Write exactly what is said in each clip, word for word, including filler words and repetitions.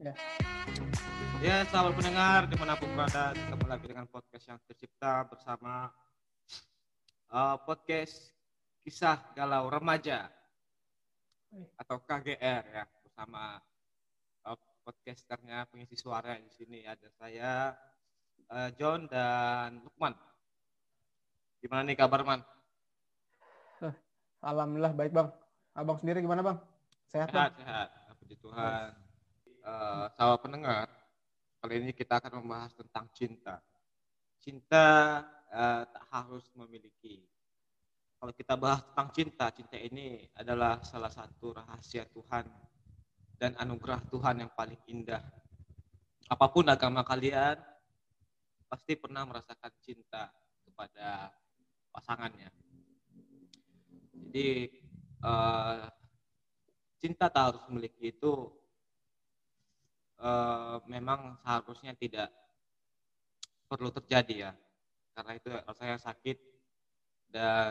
Ya. Ya, selamat pendengar dimanapun berada, kembali lagi dengan podcast yang tercipta bersama uh, podcast kisah galau remaja atau K G R ya, bersama uh, podcasternya pengisi suara di sini ada saya uh, John dan Lukman. Gimana nih kabar Man? Eh, Alhamdulillah baik bang. Abang sendiri gimana bang? Sehat bang? Sehat, sehat. Puji Tuhan. Uh, sahabat pendengar, kali ini kita akan membahas tentang cinta. Cinta uh, tak harus memiliki. Kalau kita bahas tentang cinta, cinta ini adalah salah satu rahasia Tuhan dan anugerah Tuhan yang paling indah. Apapun agama kalian, pasti pernah merasakan cinta kepada pasangannya. Jadi uh, cinta tak harus memiliki itu uh, memang seharusnya tidak perlu terjadi ya, karena itu rasanya sakit. Dan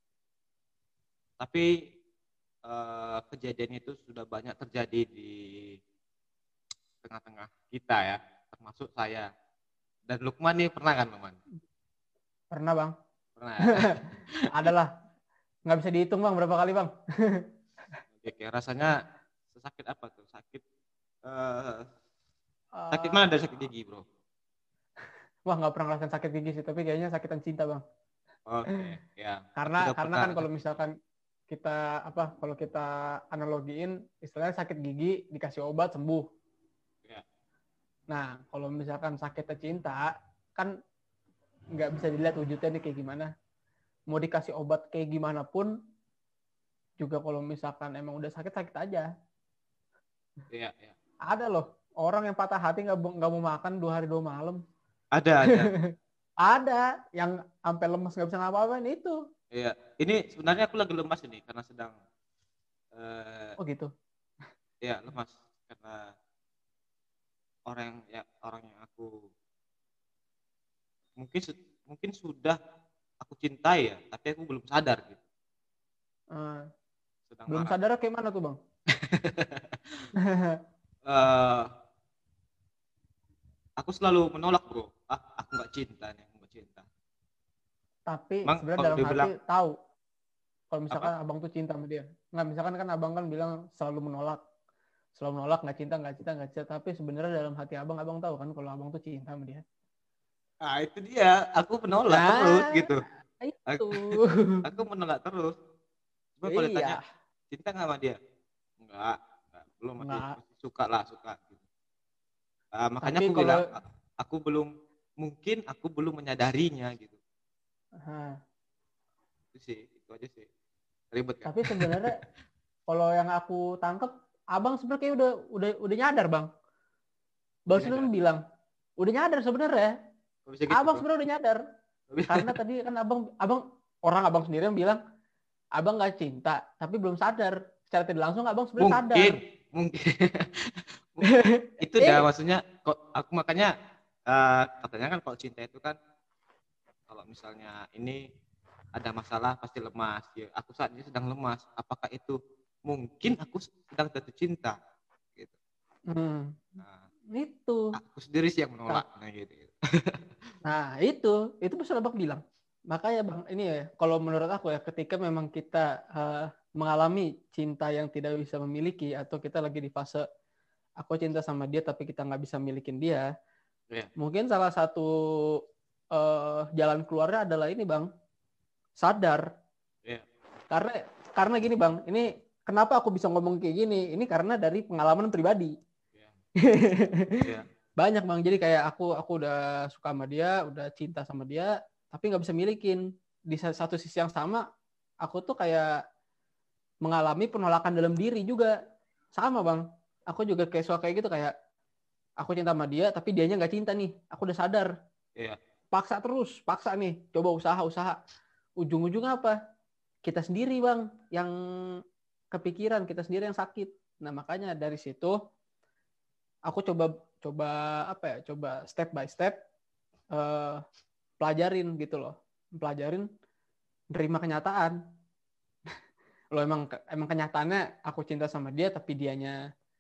tapi uh, kejadian itu sudah banyak terjadi di tengah-tengah kita ya, termasuk saya dan Lukman nih. Pernah kan Lukman? Pernah bang. Pernah ya? Adalah nggak bisa dihitung bang berapa kali bang. Oke, rasanya sesakit apa tuh? Sakit uh, sakit uh, mana dari sakit gigi bro? Wah nggak pernah ngerasain sakit gigi sih, tapi kayaknya sakitan cinta bang. Oke, ya. Aku Karena udah karena pernah. kan kalau misalkan kita apa kalau kita analogiin istilahnya sakit gigi dikasih obat sembuh. Ya. Nah kalau misalkan sakitnya cinta kan nggak bisa dilihat wujudnya nih kayak gimana. Mau dikasih obat kayak gimana pun juga kalau misalkan emang udah sakit sakit aja. Iya, iya. Ada loh orang yang patah hati nggak nggak mau makan dua hari dua malam. Ada, ada. Ada yang sampai lemas nggak bisa ngapa-ngapain itu. Iya. Ini sebenarnya aku lagi lemas ini karena sedang uh, Oh gitu. ya lemas karena orang ya orang yang aku mungkin mungkin sudah aku cintai ya, tapi aku belum sadar gitu. Uh, Sedang belum marah. sadar kayak mana tuh bang? uh, aku selalu menolak bro. Ah, aku nggak cinta nih, aku nggak cinta. Tapi Emang sebenarnya kalau dalam dia hati bilang tahu kalau apa? misalkan abang tuh cinta sama dia. Nggak, misalkan kan abang kan bilang selalu menolak, selalu menolak, nggak cinta, nggak cinta, nggak cinta. Tapi sebenarnya dalam hati abang, abang tahu kan kalau abang tuh cinta sama dia. Ah itu dia, aku menolak terus Nah, gitu. itu. Aku, aku menolak terus. Cuma kalau ditanya Iya. cinta nggak sama dia? Enggak, enggak, belum, masih Nggak. masih suka lah, suka gitu. Uh, makanya Tapi aku kalau bilang aku belum, mungkin aku belum menyadarinya gitu. Nah, Itu sih, itu aja sih. Ribet kan? tapi sebenarnya kalau yang aku tangkap, abang sebenarnya udah udah udah nyadar bang. Udah Bang nyadar. Sultan bilang udah nyadar sebenarnya. Kok bisa gitu Abang bro? sebenarnya udah nyadar. Karena tadi kan abang abang orang abang sendiri yang bilang abang nggak cinta, tapi belum sadar. Secara tidak langsung abang sebenarnya sadar. Mungkin, mungkin. Itu dah eh, maksudnya. Kok aku makanya uh, katanya kan kalau cinta itu kan kalau misalnya ini ada masalah pasti lemas. Ya, aku saat ini sedang lemas. Apakah itu mungkin aku sedang jatuh cinta? Gitu. hmm, Nah, itu. aku sendiri sih yang menolak. Nah, gitu, gitu. Nah, itu, itu bisa abang bilang. Makanya bang, ini ya, kalau menurut aku ya, ketika memang kita uh, mengalami cinta yang tidak bisa memiliki, atau kita lagi di fase aku cinta sama dia tapi kita nggak bisa milikin dia, Ya. mungkin salah satu uh, jalan keluarnya adalah ini bang, sadar. Ya. Karena karena gini bang, ini kenapa aku bisa ngomong kayak gini? Ini karena dari pengalaman pribadi. Ya. Ya. Banyak bang, jadi kayak aku aku udah suka sama dia, udah cinta sama dia, tapi nggak bisa milikin. Di satu sisi yang sama, aku tuh kayak mengalami penolakan dalam diri juga. Sama bang, aku juga kayak suka kayak gitu, kayak aku cinta sama dia, tapi dianya nggak cinta nih. Aku udah sadar. Ya. Paksa terus, paksa nih. Coba usaha-usaha. Ujung-ujungnya apa? Kita sendiri bang, yang kepikiran, kita sendiri yang sakit. Nah makanya dari situ, aku coba coba apa ya? Coba step by step uh, pelajarin gitu loh, pelajarin, nerima kenyataan. Lo emang emang kenyataannya aku cinta sama dia, tapi dianya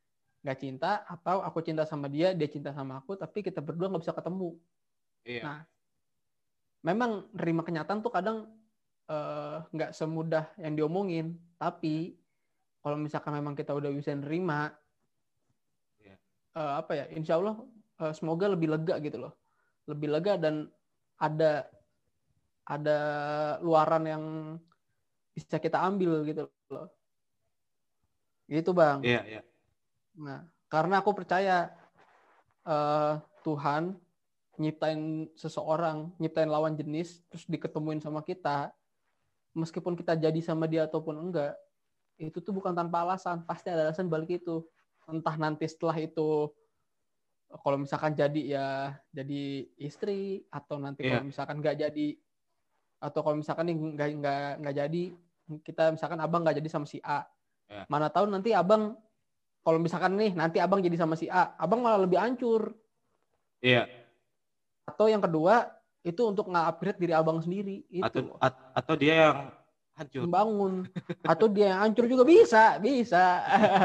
nggak cinta, atau aku cinta sama dia, dia cinta sama aku, tapi kita berdua nggak bisa ketemu. Iya. Nah, memang nerima kenyataan tuh kadang nggak uh, semudah yang diomongin. Tapi kalau misalkan memang kita udah bisa nerima, yeah. uh, apa ya, insya Allah uh, semoga lebih lega gitu loh, lebih lega dan ada ada luaran yang bisa kita ambil gitu loh. Gitu bang. Iya, iya. Nah, karena aku percaya uh, Tuhan nyiptain seseorang, nyiptain lawan jenis, terus diketemuin sama kita, meskipun kita jadi sama dia ataupun enggak, itu tuh bukan tanpa alasan, pasti ada alasan balik itu. Entah nanti setelah itu, kalau misalkan jadi ya jadi istri, atau nanti yeah. kalau misalkan nggak jadi, atau kalau misalkan nih nggak nggak nggak jadi, kita misalkan abang nggak jadi sama si A, yeah. mana tahu nanti abang, kalau misalkan nih nanti abang jadi sama si A, abang malah lebih hancur. Iya. Yeah. Atau yang kedua itu untuk nge-upgrade diri abang sendiri itu. Atau at- atau dia yang hancur. Membangun. Atau dia yang hancur juga bisa, bisa.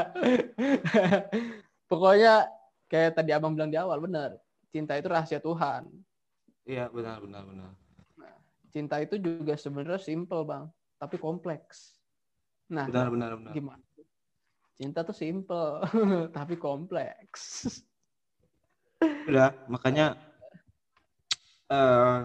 Pokoknya kayak tadi abang bilang di awal, benar. Cinta itu rahasia Tuhan. Iya, benar, benar, benar. Nah, cinta itu juga sebenarnya simple bang, tapi kompleks. Nah, benar, benar, benar. Gimana? Cinta tuh simple, tapi kompleks. Udah, makanya uh,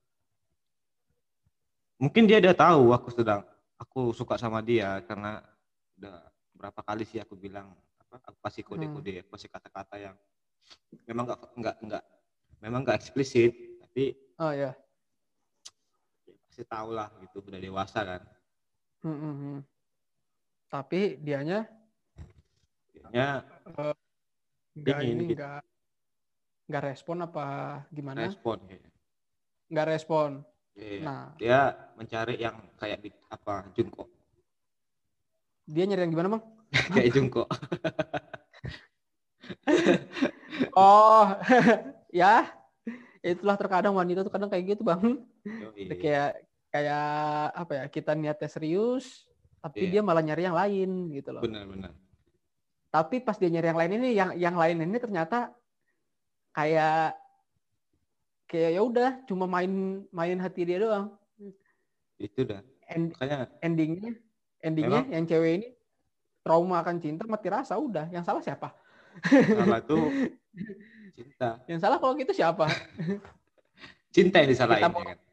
mungkin dia udah tahu aku sedang aku suka sama dia, karena udah berapa kali sih aku bilang apa aku kasih kode-kode, hmm. kasih kata-kata yang memang nggak nggak nggak memang nggak eksplisit, tapi oh ya, ya pasti tahu lah gitu, udah dewasa kan. Hmm, hmm, hmm. Tapi dianya dianya uh, nggak ini gitu. nggak nggak respon apa gimana? Respon kayaknya. Nggak respon. Iya. Nah, dia mencari yang kayak di, apa Jungkook. Dia nyari yang gimana bang? Kayak Jungkook. Oh, ya, itulah terkadang wanita tuh kadang kayak gitu bang. Kayak kayak apa ya? Kita niatnya serius, tapi yeah. dia malah nyari yang lain gitu loh. Benar-benar. Tapi pas dia nyari yang lain ini, yang yang lain ini ternyata kayak kayak ya udah cuma main main hati dia doang. Itu dah. End, Makanya endingnya endingnya memang, yang cewek ini trauma akan cinta, mati rasa, udah. Yang salah siapa? Salah tuh cinta. Yang salah kalau gitu siapa? Cinta yang disalahin. Mau... kan?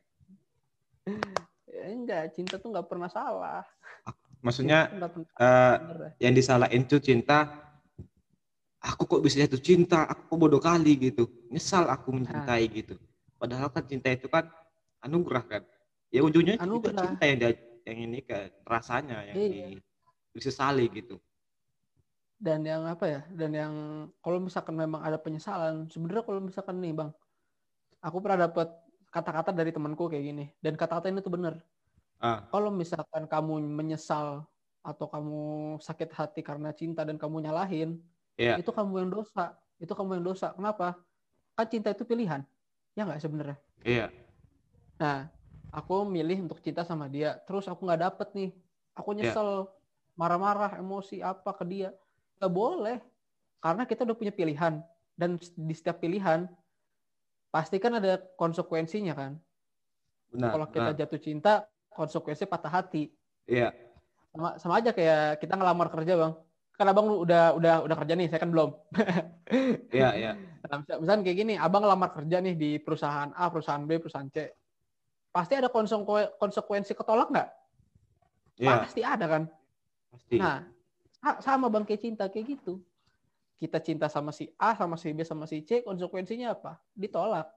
Ya, enggak, cinta tuh nggak pernah salah. Maksudnya uh, yang disalahin tuh cinta. Aku kok bisa jatuh cinta, aku kok bodoh kali gitu. Nyesal aku mencintai nah. gitu. Padahal kan cinta itu kan anugerah kan. Ya ujungnya anugerah. Itu cinta yang dia, yang ini kan rasanya yang iya. disesali gitu. Dan yang apa ya? Dan yang kalau misalkan memang ada penyesalan, sebenarnya kalau misalkan nih bang, aku pernah dapat kata-kata dari temanku kayak gini. Dan kata-kata ini tuh benar. Ah. Kalau misalkan kamu menyesal atau kamu sakit hati karena cinta dan kamu nyalahin, yeah. itu kamu yang dosa. Itu kamu yang dosa. Kenapa? Kan cinta itu pilihan. Ya nggak sebenarnya? Iya. Yeah. Nah, aku milih untuk cinta sama dia. Terus aku nggak dapet nih. Aku nyesel. Yeah. Marah-marah, emosi apa ke dia. Nggak boleh. Karena kita udah punya pilihan. Dan di setiap pilihan, pasti kan ada konsekuensinya kan. Benar. Kalau kita benar. jatuh cinta, konsekuensinya patah hati. Iya. Yeah. Sama, sama aja kayak kita ngelamar kerja bang. Kan abang udah udah udah kerja nih, saya kan belum. Iya, iya. Nah, misalnya kayak gini, abang ngelamar kerja nih di perusahaan A, perusahaan B, perusahaan C. Pasti ada konsekuensi ketolak nggak? Iya. Pasti ada kan? Pasti. Nah, sama bang kayak cinta kayak gitu. Kita cinta sama si A, sama si B, sama si C, konsekuensinya apa? Ditolak.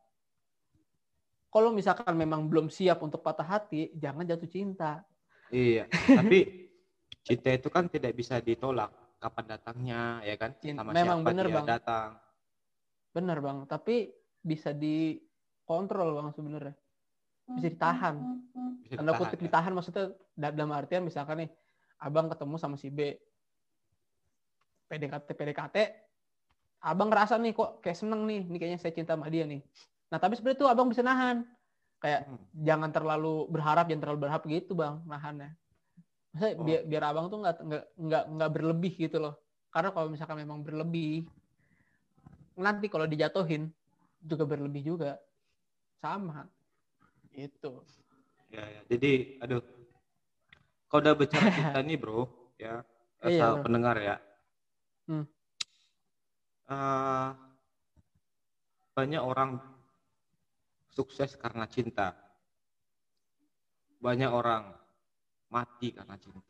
Kalau misalkan memang belum siap untuk patah hati, jangan jatuh cinta. Iya, tapi cinta itu kan tidak bisa ditolak. Kapan datangnya, ya kan? Sama memang siapa bener, dia bang. datang. Bener bang, tapi bisa dikontrol bang sebenarnya. Bisa ditahan. Tanda kutip ya? Ditahan maksudnya dalam artian misalkan nih, abang ketemu sama si B. P D K T, P D K T. Abang ngerasa nih kok kayak seneng nih. Ini kayaknya saya cinta sama dia nih. Nah tapi sebenarnya tuh abang bisa nahan. Kayak hmm. jangan terlalu berharap, jangan terlalu berharap gitu bang, nahannya. Maksudnya oh. biar, biar abang tuh nggak nggak nggak nggak berlebih gitu loh. Karena kalau misalkan memang berlebih, nanti kalau dijatuhin juga berlebih juga. Sama. Itu. Ya, ya. Jadi, aduh. Kalau udah bicara cinta nih bro, ya, Iya, asal bro. pendengar ya. Hmm. Uh, banyak orang sukses karena cinta. Banyak orang mati karena cinta.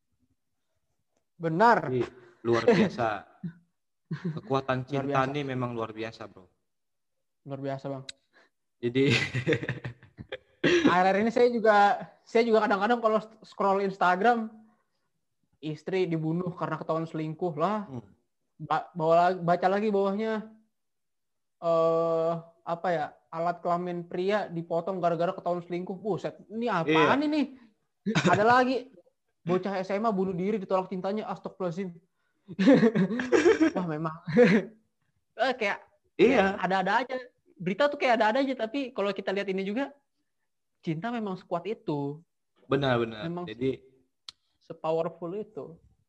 Benar. Jadi luar biasa. Kekuatan Luar cinta biasa. ini memang luar biasa bro. Luar biasa bang. Jadi akhir-akhir ini saya juga saya juga kadang-kadang kalau scroll Instagram istri dibunuh karena ketahuan selingkuh lah. hmm. Ba- bawa baca lagi bawahnya eh apa ya, alat kelamin pria dipotong gara-gara ketahuan selingkuh. Buset, ini apaan Iya. ini? Ada lagi bocah S M A bunuh diri ditolak cintanya. Astagfirullahaladzim. Wah memang eh, kayak kayak Iya. ada-ada aja. Berita tuh kayak ada-ada aja, tapi kalau kita lihat ini juga cinta memang sekuat itu. Benar-benar. Memang Jadi sepowerful itu.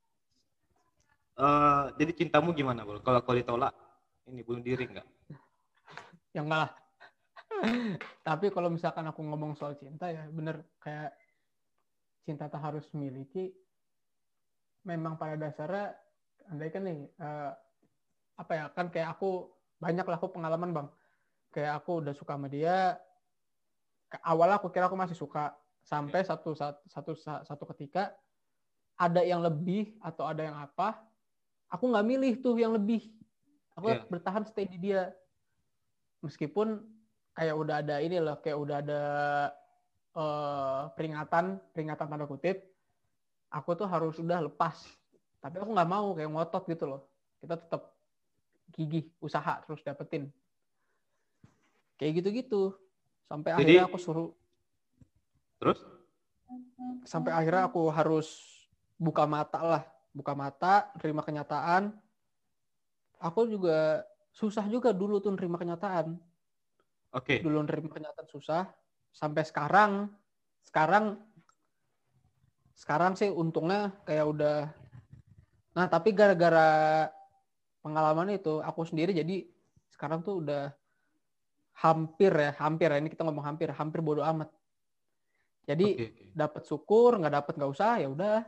uh, jadi cintamu gimana bro? Kalau kau ditolak, ini bunuh diri nggak? Ya enggak lah. Tapi kalau misalkan aku ngomong soal cinta ya bener, kayak cinta tak harus miliki. Memang pada dasarnya, andai kan nih, uh, apa ya, kan kayak aku, banyak lah aku pengalaman bang. Kayak aku udah suka sama dia, awal aku kira aku masih suka. Sampai satu, satu, satu, satu ketika, ada yang lebih atau ada yang apa, aku nggak milih tuh yang lebih. Aku Yeah. bertahan stay di dia. Meskipun kayak udah ada ini loh, kayak udah ada uh, peringatan, peringatan tanda kutip, aku tuh harus udah lepas. Tapi aku nggak mau kayak ngotot gitu loh. Kita tetap gigih, usaha terus dapetin. Kayak gitu-gitu. Sampai Jadi, akhirnya aku suruh. Terus? Sampai akhirnya aku harus buka mata lah. Buka mata, terima kenyataan. Aku juga susah juga dulu tuh nerima kenyataan. Oke. Okay. Dulu nerima kenyataan susah. Sampai sekarang, sekarang, sekarang sih untungnya kayak udah. Nah tapi gara-gara pengalaman itu, aku sendiri jadi sekarang tuh udah hampir ya, hampir ya, ini kita ngomong hampir, hampir bodo amat. Jadi okay, okay. dapat syukur, nggak dapat nggak usah, ya udah.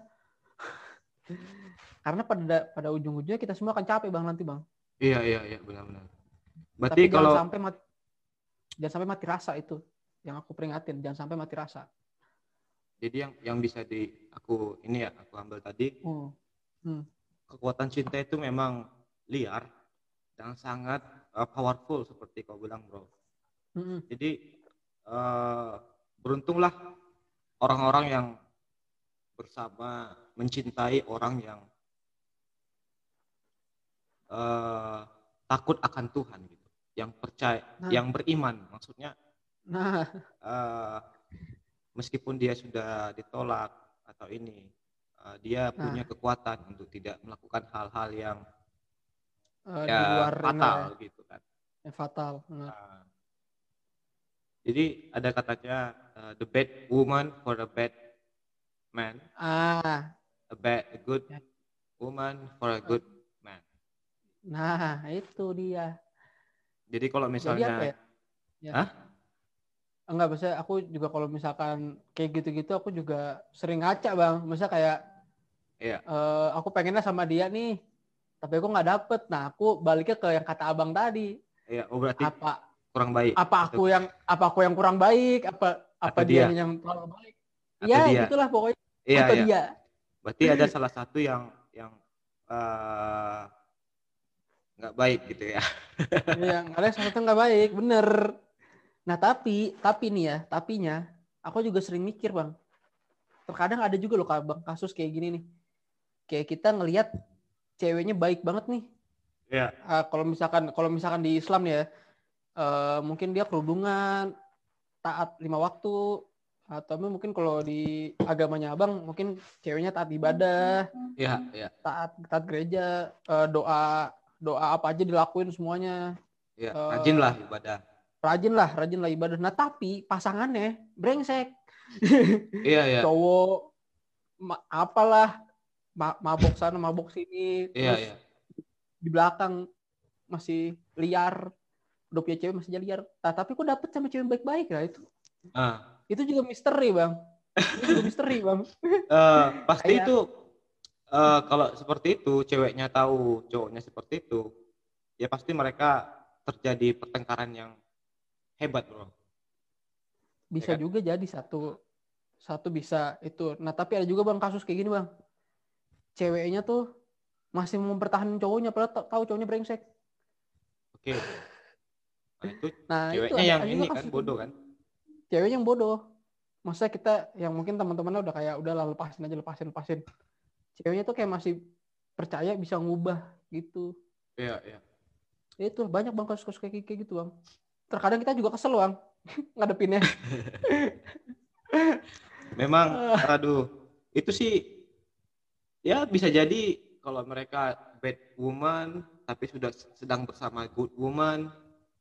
Karena pada pada ujung-ujungnya kita semua akan capek bang nanti bang. Iya iya iya benar-benar. Berarti Tapi kalau jangan sampai mati, jangan sampai mati rasa itu, yang aku peringatin, jangan sampai mati rasa. Jadi yang yang bisa di aku ini ya aku ambil tadi, hmm. Hmm. kekuatan cinta itu memang liar dan sangat uh, powerful seperti kau bilang bro. Hmm. Jadi uh, beruntunglah orang-orang yang bersama mencintai orang yang uh, takut akan Tuhan gitu, yang percaya, nah. yang beriman, maksudnya. Nah, uh, meskipun dia sudah ditolak atau ini, uh, dia nah. punya kekuatan untuk tidak melakukan hal-hal yang uh, ya, di luar fatal ini, gitu kan. Yang fatal. Nah. Uh, jadi ada katanya uh, the bad woman for the bad man, ah, a bad a good woman for a good man. Nah itu dia. Jadi kalau misalnya, Jadi apa ya? Ya. Hah? Enggak, maksudnya aku juga kalau misalkan kayak gitu-gitu aku juga sering ngaca bang. Maksudnya kayak iya. uh, aku pengennya sama dia nih, tapi aku nggak dapet. Nah aku baliknya ke yang kata abang tadi. Iya, oh berarti apa kurang baik. Apa aku atau... yang apa aku yang kurang baik? Apa apa dia yang terlalu baik? Iya gitulah pokoknya. Iya, atau iya. dia. Berarti ada salah satu yang yang nggak uh, baik gitu ya. Iya, ada salah satu nggak baik, bener. Nah tapi, tapi nih ya, tapinya, aku juga sering mikir bang. Terkadang ada juga loh bang kasus kayak gini nih. Kayak kita ngelihat ceweknya baik banget nih. Iya. Uh, kalau misalkan, kalau misalkan di Islam nih ya, uh, mungkin dia kerudungan, taat lima waktu, atau mungkin kalau di agamanya abang, mungkin ceweknya taat ibadah, iya, iya. taat taat gereja, uh, doa doa apa aja dilakuin semuanya. Iya, rajin lah uh, ibadah. Rajin lah, rajin lah ibadah. Nah tapi pasangannya brengsek. Iya, iya. Cowok ma- apalah ma- mabok sana mabok sini, Iya, terus iya. di belakang masih liar, udah punya cewek masih liar. Nah, tapi kok dapet sama cewek baik-baik lah itu. Ah, Itu juga misteri bang. Itu juga misteri bang. eh, pasti Kayak itu eh, kalau seperti itu ceweknya tahu cowoknya seperti itu, ya pasti mereka terjadi pertengkaran yang hebat, bro. Ya bisa kan? juga jadi satu satu bisa itu. Nah tapi ada juga bang kasus kayak gini bang. Ceweknya tuh masih mempertahankan cowoknya, padahal ta- tahu cowoknya brengsek. Oke. Nah, itu Nah itu ceweknya ada, yang ada ini juga kan kasus kayak bodoh gitu. kan? Ceweknya yang bodoh. Masa kita yang mungkin teman-temannya udah kayak udah lah lepasin aja lepasin lepasin. Ceweknya tuh kayak masih percaya bisa ngubah gitu. Iya, iya. Ya itu banyak bang kasus-kasus kayak, kayak gitu bang. Terkadang kita juga kesel bang ngadepinnya. Memang, Ah, aduh, itu sih ya bisa jadi kalau mereka bad woman tapi sudah sedang bersama good woman,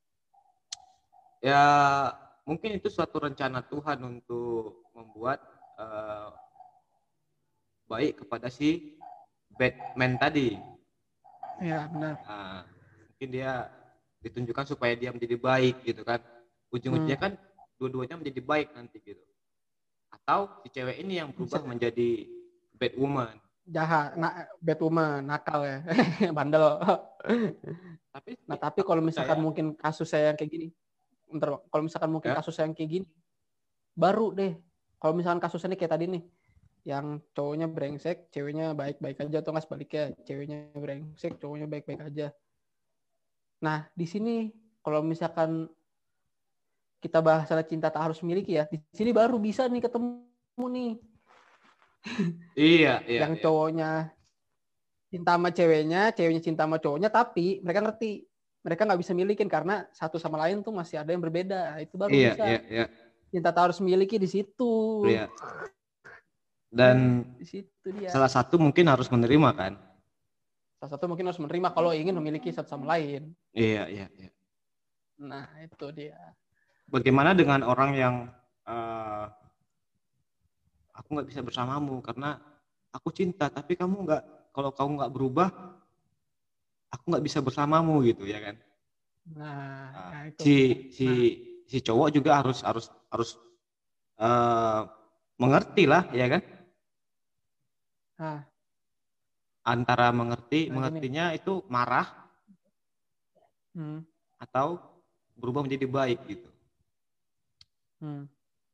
ya mungkin itu suatu rencana Tuhan untuk membuat eh, baik kepada si Batman tadi. ya benar. Nah, mungkin dia ditunjukkan supaya dia menjadi baik gitu kan. Hmm, Ujung-ujungnya kan dua-duanya menjadi baik nanti gitu. Atau si cewek ini yang bisa berubah menjadi bad woman. jahat, nah, bad woman, nakal ya, bandel. Tapi Nah tapi aku kalau misalkan percaya mungkin kasus saya yang kayak gini, bentar, Bang. Kalau misalkan mungkin ya. kasus saya yang kayak gini, baru deh. Kalau misalkan kasusnya nih kayak tadi nih, yang cowoknya brengsek, ceweknya baik-baik aja atau nggak sebaliknya, ceweknya brengsek, cowoknya baik-baik aja. Nah di sini kalau misalkan kita bahas masalah cinta tak harus miliki ya, di sini baru bisa nih ketemu nih, Iya, iya, yang iya. cowoknya cinta sama ceweknya, ceweknya cinta sama cowoknya, tapi mereka ngerti mereka nggak bisa milikin karena satu sama lain tuh masih ada yang berbeda. Itu baru Iya, iya, bisa. iya. Cinta tak harus miliki di situ. Iya. Dan Di situ dia. salah satu mungkin harus menerima kan. Salah satu mungkin harus menerima kalau ingin memiliki satu sama lain. Iya, iya, iya. Nah, itu dia. Bagaimana dengan orang yang eh, aku nggak bisa bersamamu karena aku cinta, tapi kamu nggak, kalau kamu nggak berubah, aku nggak bisa bersamamu gitu ya kan. Nah, Nah, ya itu. si si Nah, si cowok juga harus harus harus eh, mengerti lah ya kan, nah, antara mengerti nah gini. mengertinya itu marah Hmm, atau berubah menjadi baik gitu. hmm.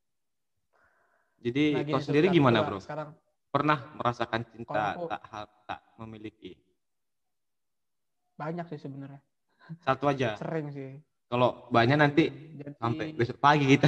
Jadi Nah, kau gini sendiri sebentar. gimana Coba bro, sekarang pernah merasakan kalau cinta aku tak ha- tak memiliki? banyak sih sebenarnya. Satu aja, Sering sih. kalau banyak nanti Sering. Jadi sampai besok pagi kita.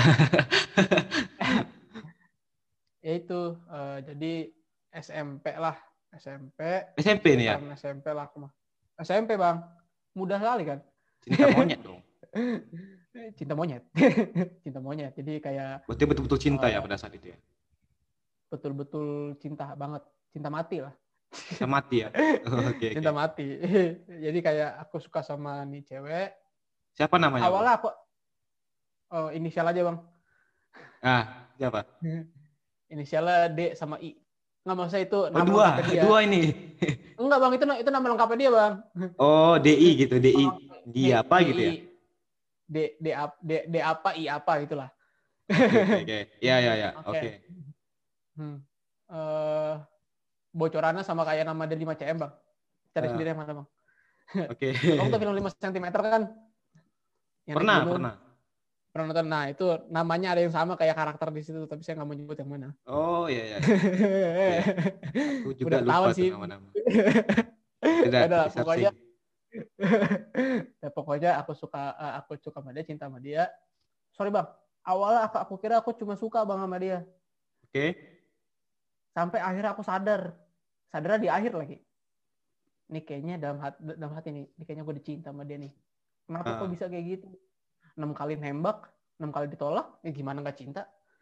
ya itu eh, jadi S M P lah. S M P, S M P nih ya, sekitaran S M P lah aku mah. S M P, Bang. Mudah sekali kan? cinta monyet dong. Cinta monyet. Cinta monyet. Jadi kayak Berarti betul-betul cinta ya uh, pada saat itu ya. betul-betul cinta banget. Cinta mati lah. Cinta mati ya. Oke, oke. Cinta mati. Jadi kayak aku suka sama nih cewek. Siapa namanya bro? Awalnya aku oh, inisial aja, Bang. Ah, siapa? Inisialnya D sama I. Nggak maksudnya itu Oh nama dua, lengkapnya dia. dua ini. Enggak, Bang. Itu itu nama lengkapnya dia, Bang. Oh D I gitu, D I. Oh, D, Dia apa gitu DI ya? D D D, D apa I apa gitulah. Oke, oke, oke. Ya, ya, ya. Oke. Oke. Hmm. Eh, bocorannya sama kayak nama dari lima C M, Bang. Cari Ah, sendiri yang mana, Bang. oke. Kamu tuh film lima sentimeter kan? Yang naik Pernah, gunung. pernah. Pernah nonton? Nah, itu namanya ada yang sama kayak karakter di situ, tapi saya nggak mau nyebut yang mana. Oh, ya, ya, ya. Oke. Aku juga Udah lupa ketahuan tuh sih. nama-nama. Tidak, Udah, di pokoknya searching. ya, pokoknya aku suka eh, aku suka sama dia, cinta sama dia. Sorry, Bang. Awalnya aku, aku kira aku cuma suka Bang sama dia. Oke. Sampai akhirnya aku sadar. Sadarnya di akhir lagi. Nih kayaknya dalam hati, dalam hati nih, nih kayaknya gue dicinta sama dia nih. Kenapa kok Ah, bisa kayak gitu? Enam kali nembak, enam kali ditolak, ya gimana nggak cinta?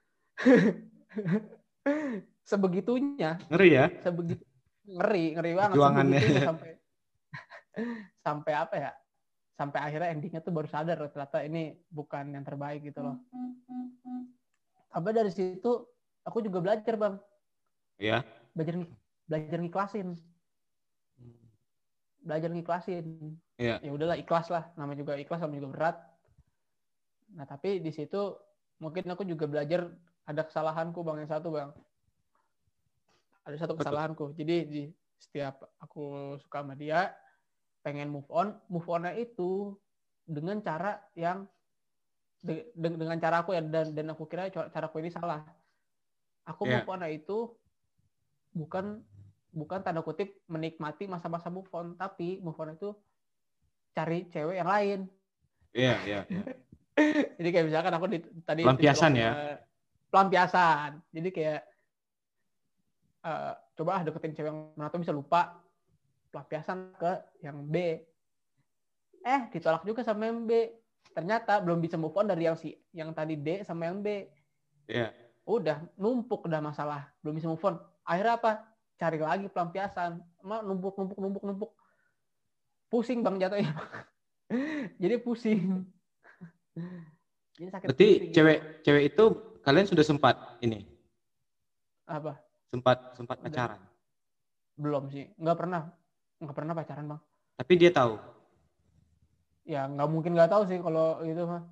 Sebegitunya, ngeri ya sebegitu ngeri, ngeri banget perjuangannya. sebegitunya sampai sampai apa ya? Sampai akhirnya endingnya tuh baru sadar ternyata ini bukan yang terbaik gitu loh. Tapi dari situ aku juga belajar, Bang. Ya. Belajar nih. belajar ngikhlasin. Belajar ngikhlasin. Iya. Ya udahlah ikhlas lah, namanya juga ikhlas, namanya juga berat. Nah tapi di situ mungkin aku juga belajar ada kesalahanku bang yang satu bang. Ada satu kesalahanku. Jadi di setiap aku suka sama dia, pengen move on, move on-nya itu dengan cara yang de, de, dengan cara aku ya dan dan aku kira cara aku ini salah. Aku Yeah. move on itu bukan bukan tanda kutip menikmati masa-masa move on, tapi move on itu cari cewek yang lain. Iya, iya, iya. Jadi kayak misalkan aku di, tadi Pelampiasan ya. Pelampiasan. Jadi kayak uh, coba ah deketin cewek yang mana tuh bisa lupa. Pelampiasan ke yang B. Eh, ditolak juga sama yang B. Ternyata belum bisa move on dari yang si yang tadi D sama yang B. Iya. Udah numpuk udah masalah, belum bisa move on. Akhirnya apa? Cari lagi pelampiasan. Emang numpuk numpuk numpuk numpuk. Pusing bang jatuhnya. Jadi pusing. Jadi sakit Berarti pusing, cewek gitu. cewek itu kalian sudah sempat ini? Apa? Sempat sempat pacaran? Belum sih, nggak pernah, nggak pernah pacaran bang. Tapi dia tahu? Ya nggak mungkin nggak tahu sih kalau itu mah.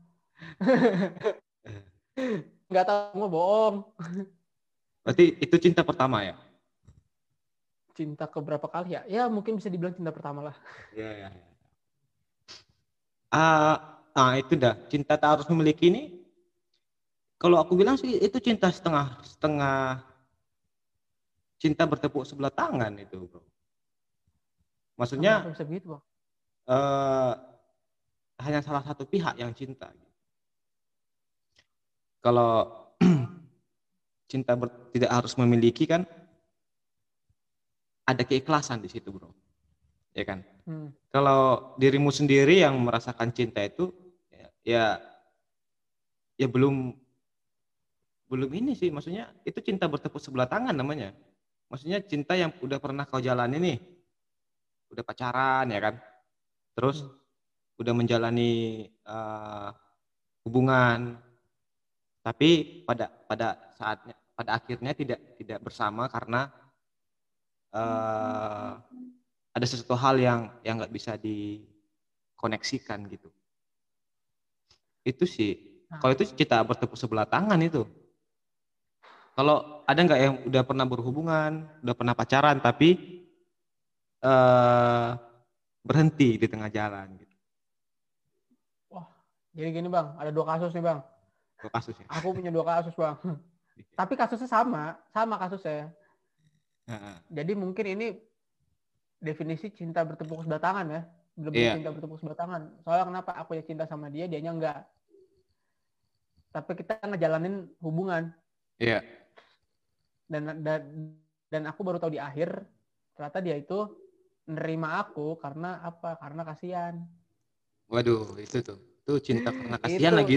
Nggak tahu, mau bohong. Berarti itu cinta pertama ya? Cinta ke berapa kali ya? Ya mungkin bisa dibilang cinta pertama lah. Iya, iya. Ah, ah itu dah. Cinta tak harus memiliki ini. Kalau aku bilang sih itu cinta setengah setengah cinta bertepuk sebelah tangan itu, bro. Maksudnya Kenapa bisa begitu bang? eh, hanya salah satu pihak yang cinta. Kalau cinta ber, tidak harus memiliki kan ada keikhlasan di situ, bro. Ya kan? Hmm. Kalau dirimu sendiri yang merasakan cinta itu ya ya, ya belum belum ini sih, maksudnya itu cinta bertepuk sebelah tangan namanya. Maksudnya cinta yang udah pernah kau jalani nih. Udah pacaran ya kan? Terus hmm. udah menjalani uh, hubungan. Tapi pada pada saatnya pada akhirnya tidak tidak bersama karena uh, ada sesuatu hal yang yang nggak bisa dikoneksikan gitu. Itu sih. Nah. Kalau itu kita bertepuk sebelah tangan itu. Kalau ada nggak yang udah pernah berhubungan, udah pernah pacaran tapi uh, berhenti di tengah jalan gitu. Wah, jadi gini bang, ada dua kasus nih bang. Dua kasus ya. Aku punya dua kasus bang. Tapi kasusnya sama, sama kasusnya. Uh-huh. Jadi mungkin ini definisi cinta bertepuk sebelah tangan ya. Lebih yeah. cinta bertepuk sebelah tangan. Soalnya kenapa? Aku ya cinta sama dia, dianya enggak. Tapi kita ngejalanin hubungan. Iya. Yeah. Dan, dan dan aku baru tahu di akhir ternyata dia itu nerima aku karena apa? Karena kasihan. Waduh, itu tuh. Tuh cinta karena kasihan lagi.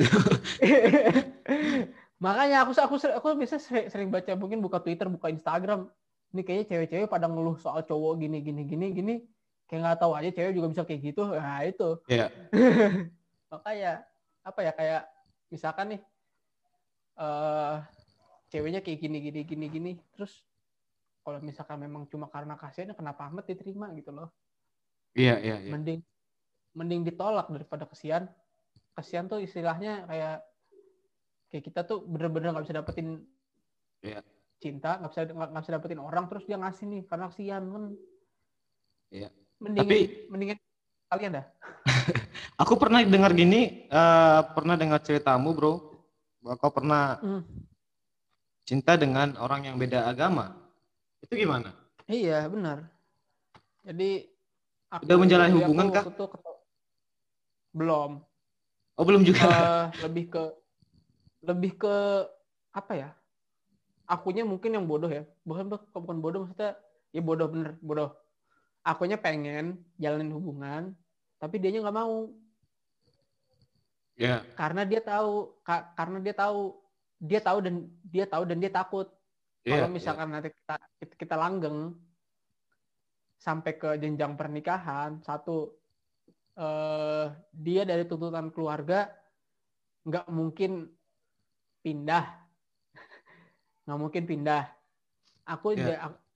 Makanya aku aku aku bisa sering, sering baca, mungkin buka Twitter, buka Instagram. Ini kayaknya cewek-cewek pada ngeluh soal cowok gini gini gini gini. Kayak nggak tahu aja cewek juga bisa kayak gitu. Nah, itu. Iya. Makanya apa ya, kayak misalkan nih uh, ceweknya kayak gini gini gini gini, terus kalau misalkan memang cuma karena kasihan, kenapa amat diterima gitu loh. Iya, iya, iya. Mending mending ditolak daripada kasihan. Kasihan tuh istilahnya kayak kayak kita tuh bener-bener nggak bisa dapetin iya. cinta, nggak bisa nggak bisa dapetin orang, terus dia ngasih nih karena kasihan kan. Iya. Mendingan, Tapi mendingan kalian dah. Aku pernah dengar gini, uh, pernah dengar ceritamu, bro. Bahwa kau pernah mm. cinta dengan orang yang beda agama. Itu gimana? Iya, benar. Jadi aku, udah menjalani hubungan kah? Tuh, belum. Oh, belum juga. Uh, lebih ke lebih ke apa ya? Akunya mungkin yang bodoh ya. Bukan bukan bodoh, maksudnya ya bodoh bener, bodoh. Akunya pengen jalanin hubungan, tapi dianya nggak mau. Ya. Yeah. Karena dia tahu, ka, karena dia tahu, dia tahu dan dia tahu dan dia takut. Yeah, kalau misalkan yeah. nanti kita, kita langgeng sampai ke jenjang pernikahan, satu eh, dia dari tuntutan keluarga nggak mungkin pindah, nggak mungkin pindah. Aku, yeah.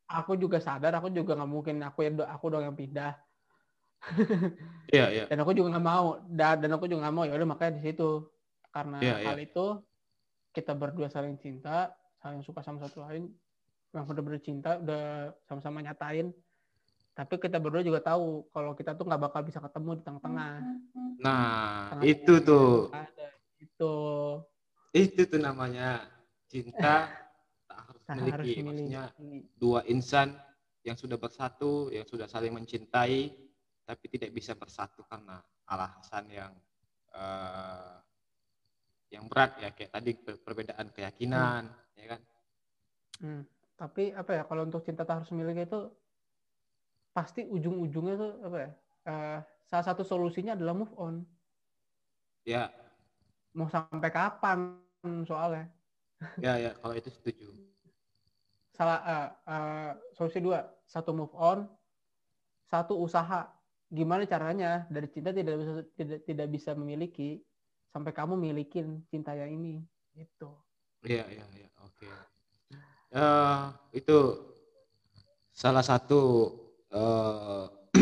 aku juga sadar, aku juga nggak mungkin aku yang aku dong yang pindah. Iya, iya. Dan aku juga nggak mau, dan, dan aku juga nggak mau. Ya udah makanya di situ, karena Iya, iya. hal itu kita berdua saling cinta, saling suka sama satu lain, yang benar-benar cinta, udah sama-sama nyatain. Tapi kita berdua juga tahu kalau kita tuh nggak bakal bisa ketemu di tengah-tengah. Nah, itu Tengah-tengahnya tuh. ada. Itu Itu tuh namanya cinta tak harus kita harus memiliki. milih. Maksudnya dua insan yang sudah bersatu, yang sudah saling mencintai, tapi tidak bisa bersatu karena alasan yang uh, yang berat ya, kayak tadi perbedaan keyakinan, hmm. ya kan? Hmm. Tapi apa ya, kalau untuk cinta tak harus memiliki itu pasti ujung-ujungnya tuh apa ya? Uh, salah satu solusinya adalah move on. Ya. Mau sampai kapan soalnya? Ya, ya, kalau itu setuju. Salah uh, uh, solusi dua, satu move on, satu usaha. Gimana caranya dari cinta tidak bisa tidak tidak bisa memiliki sampai kamu milikin cinta yang ini, gitu. Iya, iya, iya, oke. Uh, itu salah satu uh,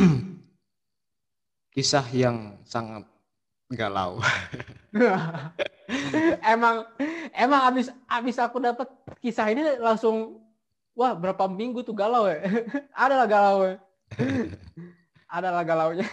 kisah yang sangat galau. emang emang abis abis aku dapat kisah ini langsung wah berapa minggu tuh galau ya. Adalah galau ya. Adalah galaunya.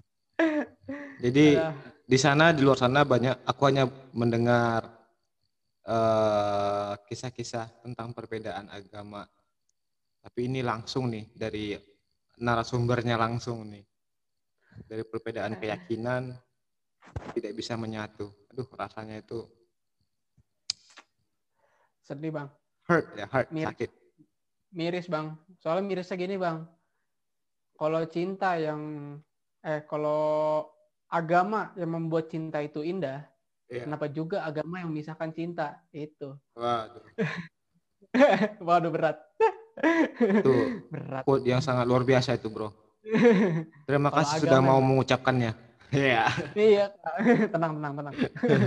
Jadi Adah. di sana, di luar sana banyak, aku hanya mendengar uh, kisah-kisah tentang perbedaan agama. Tapi ini langsung nih dari narasumbernya langsung nih. Dari perbedaan keyakinan tidak bisa menyatu. Aduh, rasanya itu Sedih bang. Hurt ya, hurt, Mir- sakit. Miris bang. Soalnya mirisnya gini bang. Kalau cinta yang eh kalau agama yang membuat cinta itu indah, yeah. Kenapa juga agama yang memisahkan cinta itu? Waduh. Waduh berat. Itu berat. quote yang sangat luar biasa itu bro. Terima kasih sudah mau yang... mengucapkannya. Iya. Iya. tenang tenang tenang.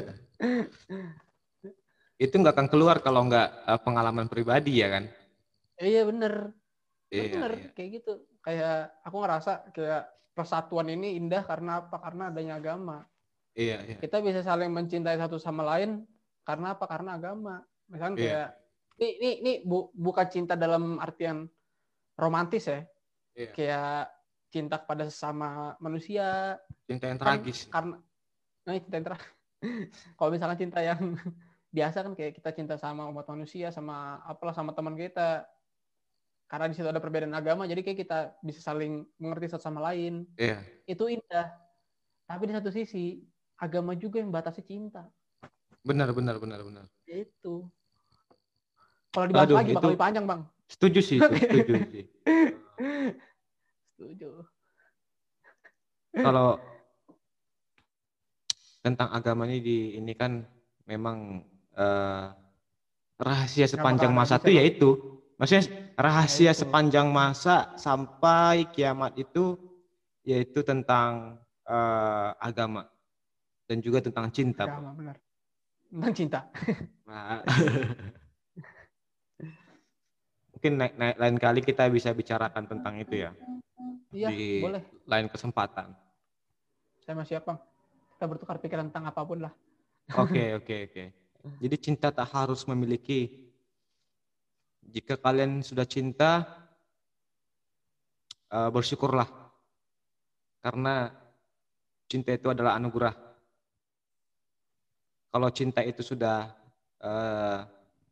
Itu nggak akan keluar kalau nggak uh, pengalaman pribadi ya kan? Iya bener. Iya, bener iya. Kayak gitu. Kayak aku ngerasa kayak persatuan ini indah karena apa? Karena adanya agama. Iya, iya. Kita bisa saling mencintai satu sama lain karena apa? Karena agama. Misalnya iya. kayak ini ini ini bu, bukan cinta dalam artian romantis ya. Iya. Kayak cinta kepada sesama manusia. Cinta yang kan, tragis. Karena nah, cinta yang tragis. Kalau misalkan cinta yang biasa kan kayak kita cinta sama umat manusia, sama apalah sama teman kita. Karena di situ ada perbedaan agama, jadi kayak kita bisa saling mengerti satu sama lain. Iya. Itu indah. Tapi di satu sisi agama juga yang batasi cinta. Benar, benar, benar, benar. Itu. Kalau dibahas Aduh, lagi bakal lebih panjang, Bang. Setuju sih, itu, setuju sih. Setuju. Kalau tentang agama ini di ini kan memang uh, rahasia sepanjang masa itu yaitu, maksudnya rahasia ya sepanjang masa sampai kiamat itu yaitu tentang uh, agama dan juga tentang cinta. Agama, benar. Tentang cinta. Nah, mungkin naik, naik, lain kali kita bisa bicarakan tentang itu ya. Iya, di boleh. Lain kesempatan. Saya masih siap, Bang. Kita bertukar pikiran tentang apapun lah. Oke, oke, oke. Jadi cinta tak harus memiliki. Jika kalian sudah cinta, uh, bersyukurlah. Karena cinta itu adalah anugerah. Kalau cinta itu sudah uh,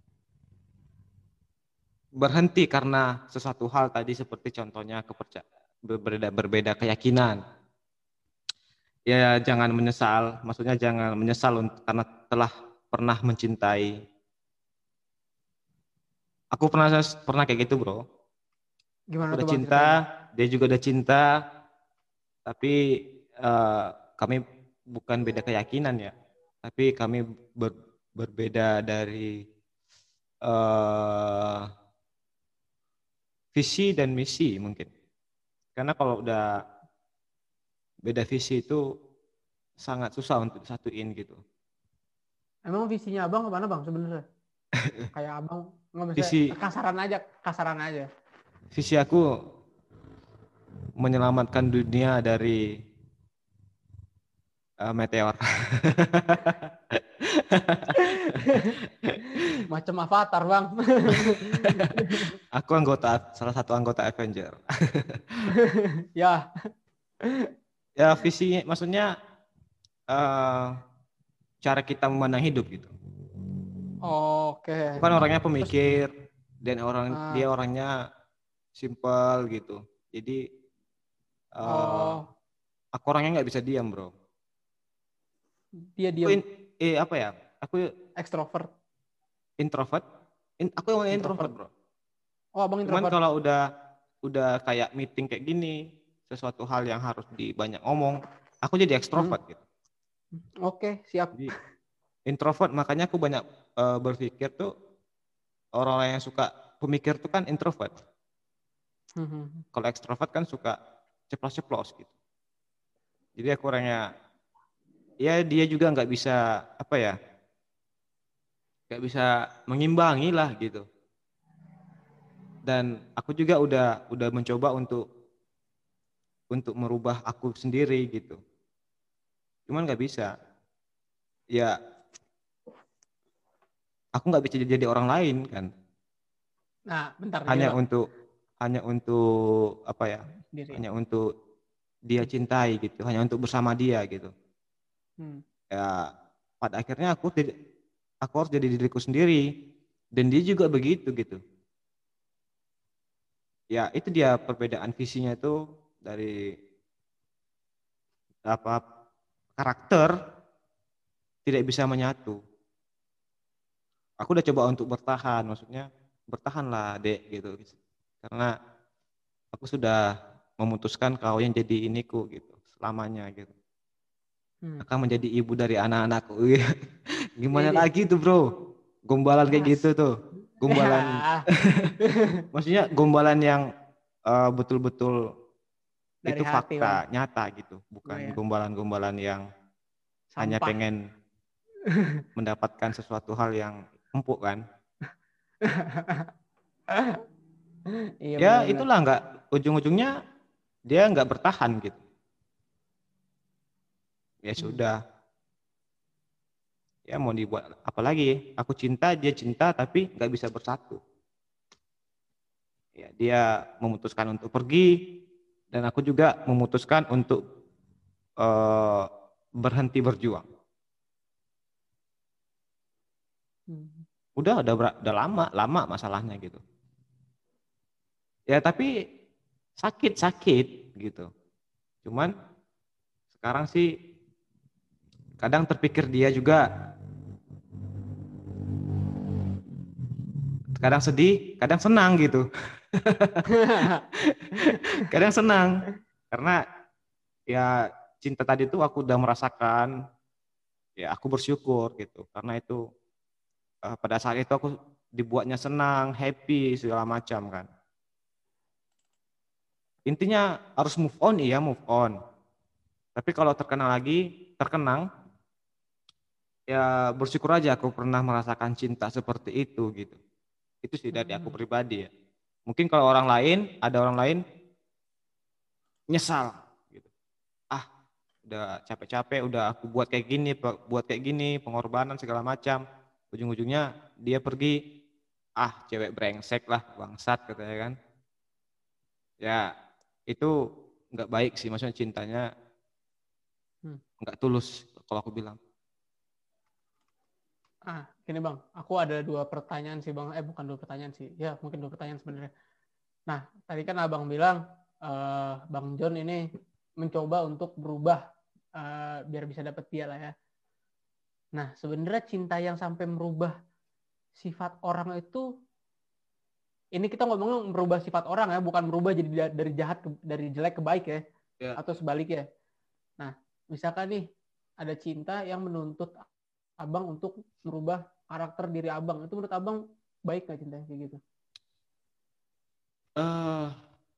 berhenti karena sesuatu hal tadi seperti contohnya kepercayaan berbeda berbeda keyakinan, ya jangan menyesal. Maksudnya jangan menyesal karena telah pernah mencintai. Aku pernah pernah kayak gitu bro. Gimana aku udah tuh, Bang, cinta, ceritanya? Dia juga udah cinta, tapi uh, kami bukan beda keyakinan ya, tapi kami ber, berbeda dari uh, visi dan misi mungkin. Karena kalau udah beda visi itu sangat susah untuk disatuin gitu. Emang visinya abang kemana bang sebenarnya? Kayak abang nggak bisa visi, kasaran aja, kasaran aja. visi aku menyelamatkan dunia dari uh, meteor. Macam Avatar, Bang. Aku anggota salah satu anggota Avenger. Ya. Ya visi maksudnya uh, cara kita memandang hidup gitu. Aku Oke. kan orangnya Terus pemikir dan orang dia ah, orangnya simple gitu. Jadi uh, oh, aku orangnya nggak bisa diam bro. dia Aku diam, in, eh apa ya? Aku ekstrovert, introvert. In, aku yang introvert introvert. bro. Oh, Abang Cuman introvert. kalau udah udah kayak meeting kayak gini, sesuatu hal yang harus di banyak ngomong, aku jadi Hmm. ekstrovert gitu. Oke, siap. Jadi introvert makanya aku banyak uh, berpikir tuh orang-orang yang suka pemikir tuh kan introvert. Hmm. Kalau ekstrovert kan suka ceplos-ceplos gitu. Jadi aku orangnya ya dia juga nggak bisa apa ya nggak bisa mengimbangi lah gitu. Dan aku juga udah udah mencoba untuk untuk merubah aku sendiri gitu. Cuman nggak bisa. Ya aku nggak bisa jadi orang lain kan. Nah, bentar gini, Hanya Bang. untuk hanya untuk apa ya? Sendiri. Hanya untuk dia cintai gitu. Hanya untuk bersama dia gitu. Hmm. Ya pada akhirnya aku tidak aku harus jadi diriku sendiri dan dia juga begitu gitu. Ya itu dia perbedaan visinya itu dari apa karakter tidak bisa menyatu. Aku udah coba untuk bertahan, maksudnya bertahanlah dek gitu, karena aku sudah memutuskan kau yang jadi iniku gitu selamanya gitu. Hmm. Akan menjadi ibu dari anak-anakku. Gimana Ini. lagi tuh bro? Gombalan kayak gitu Yes. tuh, gombalan. Ya. Maksudnya gombalan yang uh, betul-betul Dari itu hati, Bang. fakta nyata gitu, Oh bukan ya. gombalan-gombalan yang hanya Sampah. pengen mendapatkan sesuatu hal yang empuk kan. Iya, Ya benar-benar. itulah nggak ujung-ujungnya dia nggak bertahan gitu. Ya Hmm. sudah, ya mau dibuat apa lagi? Aku cinta, dia cinta, tapi nggak bisa bersatu. Ya dia memutuskan untuk pergi dan aku juga memutuskan untuk uh, berhenti berjuang. Hmm. Udah udah udah lama lama masalahnya gitu. Ya tapi sakit sakit gitu. Cuman sekarang sih kadang terpikir dia juga, kadang sedih, kadang senang gitu. Kadang senang karena ya cinta tadi tuh aku udah merasakan, ya aku bersyukur gitu karena itu uh, pada saat itu aku dibuatnya senang, happy segala macam kan. Intinya harus move on, iya move on. Tapi kalau terkenal lagi, terkenang, ya bersyukur aja aku pernah merasakan cinta seperti itu gitu. Itu sih dari aku Hmm. pribadi ya. Mungkin kalau orang lain, ada orang lain nyesal gitu. Ah, udah capek-capek, udah aku buat kayak gini, buat kayak gini, pengorbanan segala macam. Ujung-ujungnya dia pergi, ah cewek brengsek lah, bangsat katanya kan. Ya itu nggak baik sih, maksudnya cintanya Hmm. nggak tulus kalau aku bilang. Ah, gini Bang, aku ada dua pertanyaan sih Bang. Eh bukan dua pertanyaan sih, ya mungkin dua pertanyaan sebenarnya. Nah, tadi kan Abang bilang uh, Bang John ini mencoba untuk berubah uh, biar bisa dapat dia lah ya. Nah, sebenarnya cinta yang sampai merubah sifat orang itu, ini kita ngomongnya merubah sifat orang ya, bukan merubah jadi dari jahat ke, dari jelek ke baik ya, Ya. atau sebaliknya. Nah, misalkan nih ada cinta yang menuntut Abang untuk merubah karakter diri Abang, itu menurut Abang baik nggak cinta kayak gitu? Uh,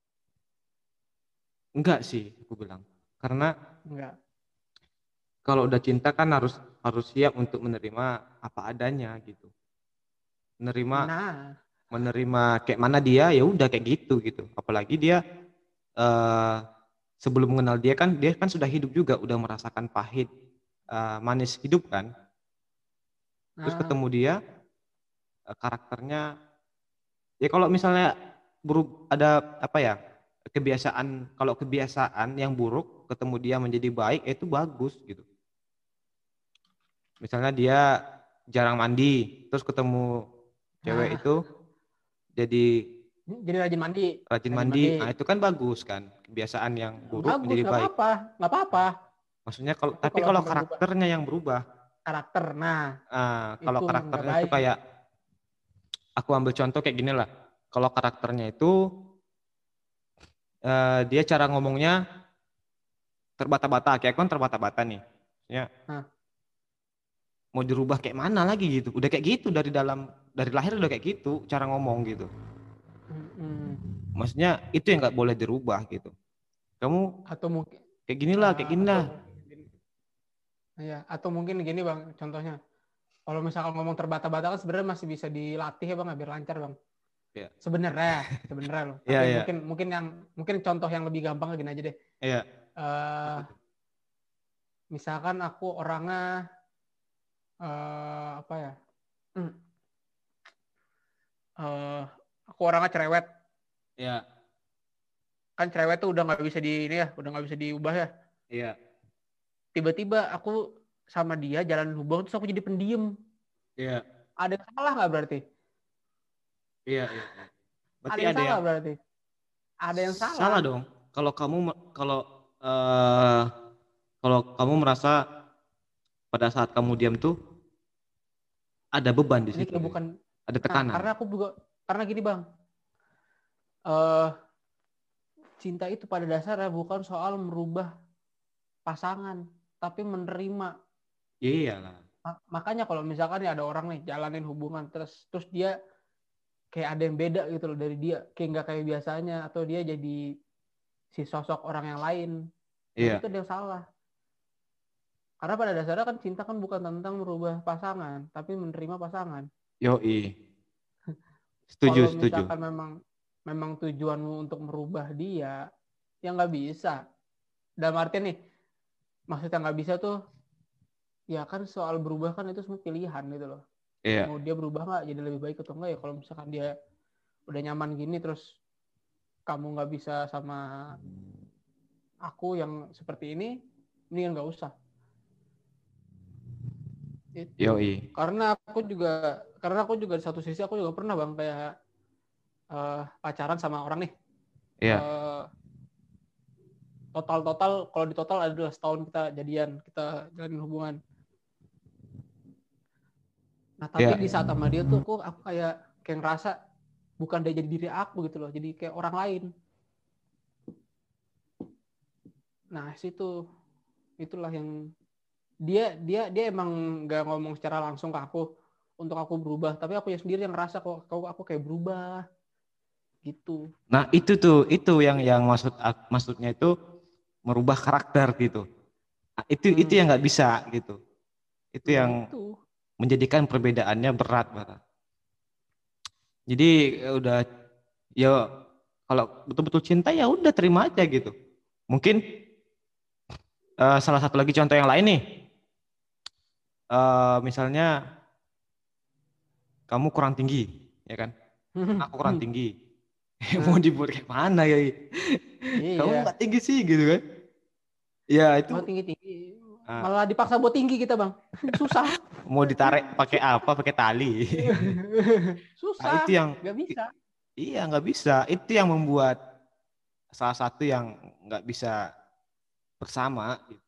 enggak sih, aku bilang. Karena Enggak. kalau udah cinta kan harus harus siap untuk menerima apa adanya gitu. Menerima Nah, menerima kayak mana dia, ya udah kayak gitu gitu. Apalagi dia eh, sebelum mengenal dia kan dia kan sudah hidup juga, udah merasakan pahit eh, manis hidup kan. Terus Nah, ketemu dia eh, karakternya ya kalau misalnya buruk ada apa ya kebiasaan, kalau kebiasaan yang buruk ketemu dia menjadi baik itu bagus gitu. Misalnya dia jarang mandi terus ketemu cewek nah, itu jadi jadi rajin mandi, rajin rajin mandi, mandi. nah itu kan bagus kan, kebiasaan yang buruk Bagus, menjadi nggak baik. apa-apa, nggak apa-apa. Maksudnya kalau Itu tapi kalau kalau sampai berubah karakternya yang berubah, karakter, nah ah, kalau itu nggak karakternya itu baik. kayak aku ambil contoh kayak gini lah, kalau karakternya itu eh, dia cara ngomongnya terbata-bata, kayak kan terbata-bata nih, ya Nah, mau dirubah kayak mana lagi gitu, udah kayak gitu dari dalam dari lahir udah kayak gitu cara ngomong gitu, mm-mm. maksudnya itu yang nggak boleh dirubah gitu, kamu Atau mungkin, kayak gini lah kayak uh, gini atau lah. mungkin, ya, atau mungkin gini bang, contohnya. Kalau misalkan ngomong terbata-bata kan sebenarnya masih bisa dilatih ya bang, ya, biar lancar bang. Iya Sebenarnya, sebenarnya loh. iya Tapi iya mungkin mungkin yang mungkin contoh yang lebih gampang gini aja deh. iya. Eh, Apa tuh? misalkan aku orangnya eh, apa ya? Hmm, eh, aku orangnya cerewet. Iya Kan cerewet tuh udah nggak bisa di ini ya, udah nggak bisa diubah ya. iya Tiba-tiba aku sama dia jalan hubungan terus aku jadi pendiam. iya Ada yang salah nggak berarti? iya iya. Berarti Ada yang ada salah yang berarti? Ada yang salah. salah dong. Kalau kamu me- kalau eh kalau kamu merasa pada saat kamu diam tuh ada beban di Ini situ kayak gitu. bukan. Ada Nah, tekanan. karena aku juga karena gini bang. Eh cinta itu pada dasarnya bukan soal merubah pasangan, tapi menerima. Iyalah. Makanya kalau misalkan ya ada orang nih jalanin hubungan terus terus dia kayak ada yang beda gitu loh dari dia, kayak nggak kayak biasanya atau dia jadi si sosok orang yang lain. Nah itu Iya. tuh dia salah. Karena pada dasarnya kan cinta kan bukan tentang merubah pasangan, tapi menerima pasangan. Yoi. Setuju, Kalau setuju. misalkan memang memang tujuanmu untuk merubah dia, ya nggak bisa. Dalam artian nih, maksudnya nggak bisa tuh, ya kan soal berubah kan itu semua pilihan gitu loh. Iya. Mau dia berubah nggak jadi lebih baik atau enggak ya kalau misalkan dia udah nyaman gini terus kamu nggak bisa sama aku yang seperti ini, ini kan nggak usah. Itu. Yoi. Karena aku juga, karena aku juga di satu sisi aku juga pernah bang kayak uh, pacaran sama orang nih. Iya. Uh, total-total kalau di total adalah setahun kita jadian, kita jalanin hubungan. Nah tapi Iya. di saat sama dia tuh aku aku kayak kayak ngerasa bukan dia jadi diri aku gitu loh, jadi kayak orang lain. Nah situ itulah yang dia dia dia emang nggak ngomong secara langsung ke aku untuk aku berubah, tapi aku ya sendiri yang ngerasa kok aku, aku kayak berubah gitu. Nah, itu tuh, itu yang yang maksud maksudnya itu merubah karakter gitu. Nah, itu itu Hmm. yang nggak bisa gitu. Itu Nah yang itu. menjadikan perbedaannya berat banget. Jadi ya udah ya kalau betul-betul cinta ya udah terima aja gitu. Mungkin eh, salah satu lagi contoh yang lain nih. Eh, misalnya kamu kurang tinggi, ya kan? Aku kurang tinggi. Mau Nah, dibuat kayak mana ya? Kamu nggak iya. tinggi sih gitu kan? Ya itu Mau tinggi-tinggi. ah, Malah dipaksa buat tinggi kita, Bang. Susah. mau ditarik pakai apa? Pakai tali. Nah, itu Susah. yang Nggak bisa. iya nggak bisa. Itu yang membuat salah satu yang nggak bisa bersama. Gitu.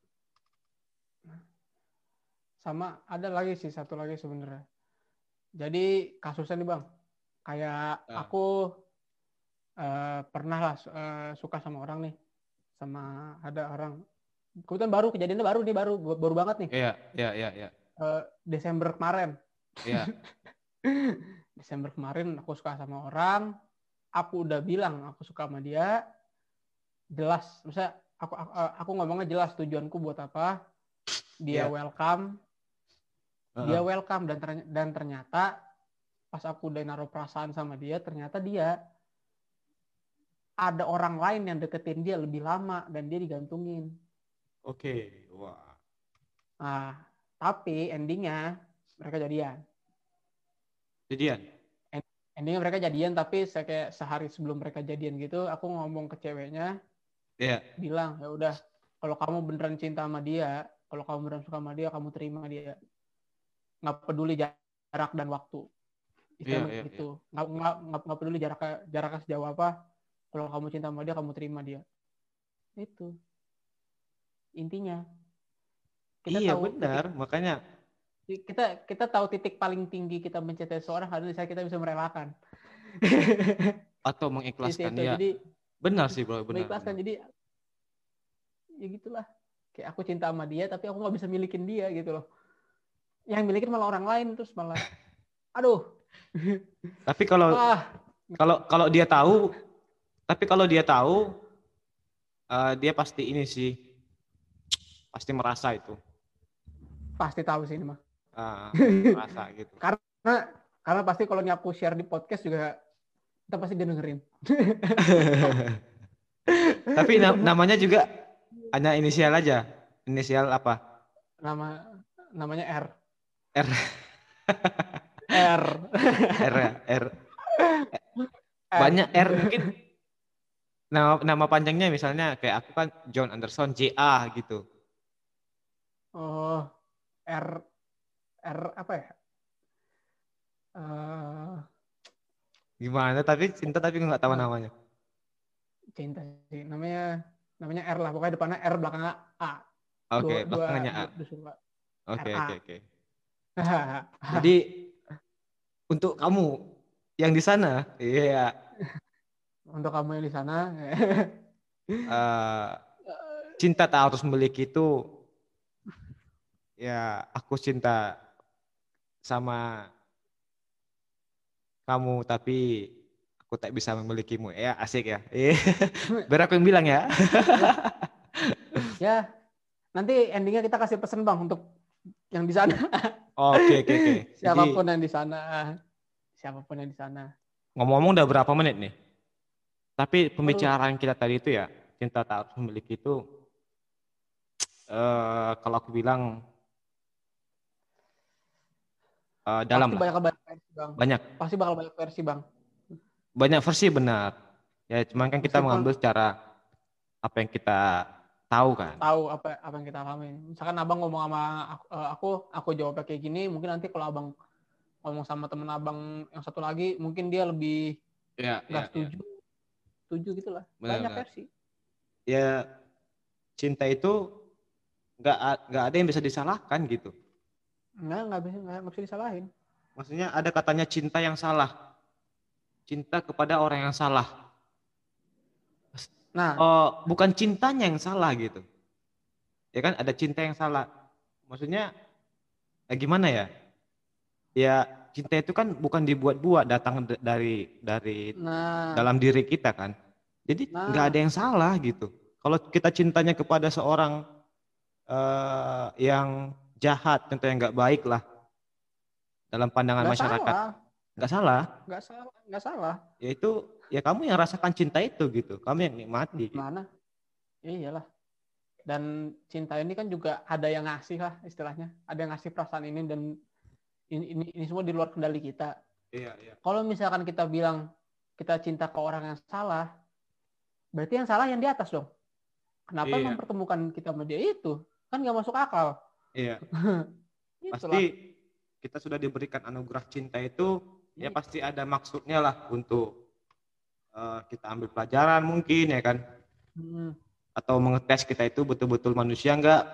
Sama ada lagi sih, satu lagi sebenarnya. Jadi kasusnya nih, Bang. Kayak Ah, aku eh, pernah lah eh, suka sama orang nih. Sama ada orang. Kebetulan baru, kejadiannya baru nih, baru. Baru banget nih. iya, iya, iya, iya. Eh, Desember kemarin. Iya, Desember kemarin aku suka sama orang. Aku udah bilang aku suka sama dia. Jelas. Misalnya aku, aku, aku ngomongnya jelas tujuanku buat apa. Dia iya. welcome. Dia Heeh. welcome. Dan, ternyata, dan ternyata pas aku udah naruh perasaan sama dia, ternyata dia ada orang lain yang deketin dia lebih lama dan dia digantungin. Oke, wah. Nah, tapi endingnya mereka jadian. Jadian? Endingnya mereka jadian, tapi saya kayak sehari sebelum mereka jadian gitu, aku ngomong ke ceweknya, Iya. bilang ya udah, kalau kamu beneran cinta sama dia, kalau kamu beneran suka sama dia, kamu terima dia. Nggak peduli jarak dan waktu. Iya, Istilahnya iya, gitu. iya. Nggak, nggak, nggak, nggak peduli jarak jaraknya sejauh apa. Kalau kamu cinta sama dia, kamu terima dia. Itu intinya. Kita Iya, tahu benar. titik Makanya kita kita tahu titik paling tinggi kita mencintai seorang adalah saat kita bisa merelakan. atau Itu, mengikhlaskan itu. ya. Jadi Benar sih, Bro, benar, mengikhlaskan. benar. Jadi ya gitulah. Kayak aku cinta sama dia, tapi aku nggak bisa milikin dia gitu loh. Yang milikin malah orang lain, terus malah, aduh. Tapi kalau ah kalau kalau dia tahu, tapi kalau dia tahu, uh, dia pasti ini sih, pasti merasa itu. Pasti tahu sih ini mah. Uh, merasa gitu. Karena karena pasti kalau aku share di podcast juga, kita pasti dia dengerin. Tapi namanya juga hanya inisial aja. Inisial apa? Nama namanya R. R. R. R. R. Banyak R mungkin. Nama nama panjangnya misalnya kayak aku kan John Anderson J A gitu. Oh, R R apa ya? Uh, Gimana? Tapi cinta tapi nggak tahu namanya. Cinta sih. Namanya namanya R lah. Pokoknya depannya R, belakangnya A. Oke, Dua, okay, dua, belakangnya A. dua, dua Oke, oke, oke. Jadi untuk kamu yang di sana, iya. Untuk kamu yang di sana, uh, cinta tak harus memiliki itu, ya aku cinta sama kamu tapi aku tak bisa memilikimu. Ya asik ya. Biar aku yang bilang ya. Ya, nanti endingnya kita kasih pesan Bang untuk yang di sana. Oke, oke, oke. Siapapun yang di sana, siapapun yang di sana. Ngomong-ngomong udah berapa menit nih? Tapi pembicaraan kita tadi itu ya, cinta tak harus memiliki itu, uh, kalau aku bilang uh, dalam Pasti lah. banyak banyak versi Bang. Banyak. Pasti bakal banyak versi Bang. Banyak versi benar. Ya, cuman kan kita Meskipun mengambil secara apa yang kita tahu kan. Tahu apa apa yang kita alami. Misalkan Abang ngomong sama aku, aku, aku jawabnya kayak gini, mungkin nanti kalau Abang ngomong sama temen Abang yang satu lagi, mungkin dia lebih ya, nggak ya, setuju. Ya. Setuju gitulah. Benar, Banyak benar. versi. Ya, cinta itu nggak nggak ada yang bisa disalahkan gitu. Nggak, nggak bisa, nggak bisa disalahin. Maksudnya ada katanya cinta yang salah. Cinta kepada orang yang salah. Nah, oh, bukan cintanya yang salah gitu. Ya kan ada cinta yang salah. Maksudnya eh, gimana ya? Ya cinta itu kan bukan dibuat-buat, datang dari dari nah, dalam diri kita kan. Jadi nah, nggak ada yang salah gitu. Kalau kita cintanya kepada seorang uh, yang jahat, contohnya nggak baik lah dalam pandangan nggak masyarakat, salah, nggak salah. nggak salah, nggak salah. Ya itu ya kamu yang rasakan cinta itu gitu, kamu yang nikmati. Gitu. Mana? Iyalah. Dan cinta ini kan juga ada yang ngasih lah istilahnya, ada yang ngasih perasaan ini dan ini ini, ini semua di luar kendali kita. Iya, iya. Kalau misalkan kita bilang kita cinta ke orang yang salah, berarti yang salah yang di atas dong. Kenapa iya. mempertemukan kita sama dia itu? Kan nggak masuk akal. Iya. Pasti kita sudah diberikan anugerah cinta itu, ya pasti ada maksudnya lah untuk uh, kita ambil pelajaran mungkin ya kan. Hmm. Atau mengetes kita itu betul-betul manusia enggak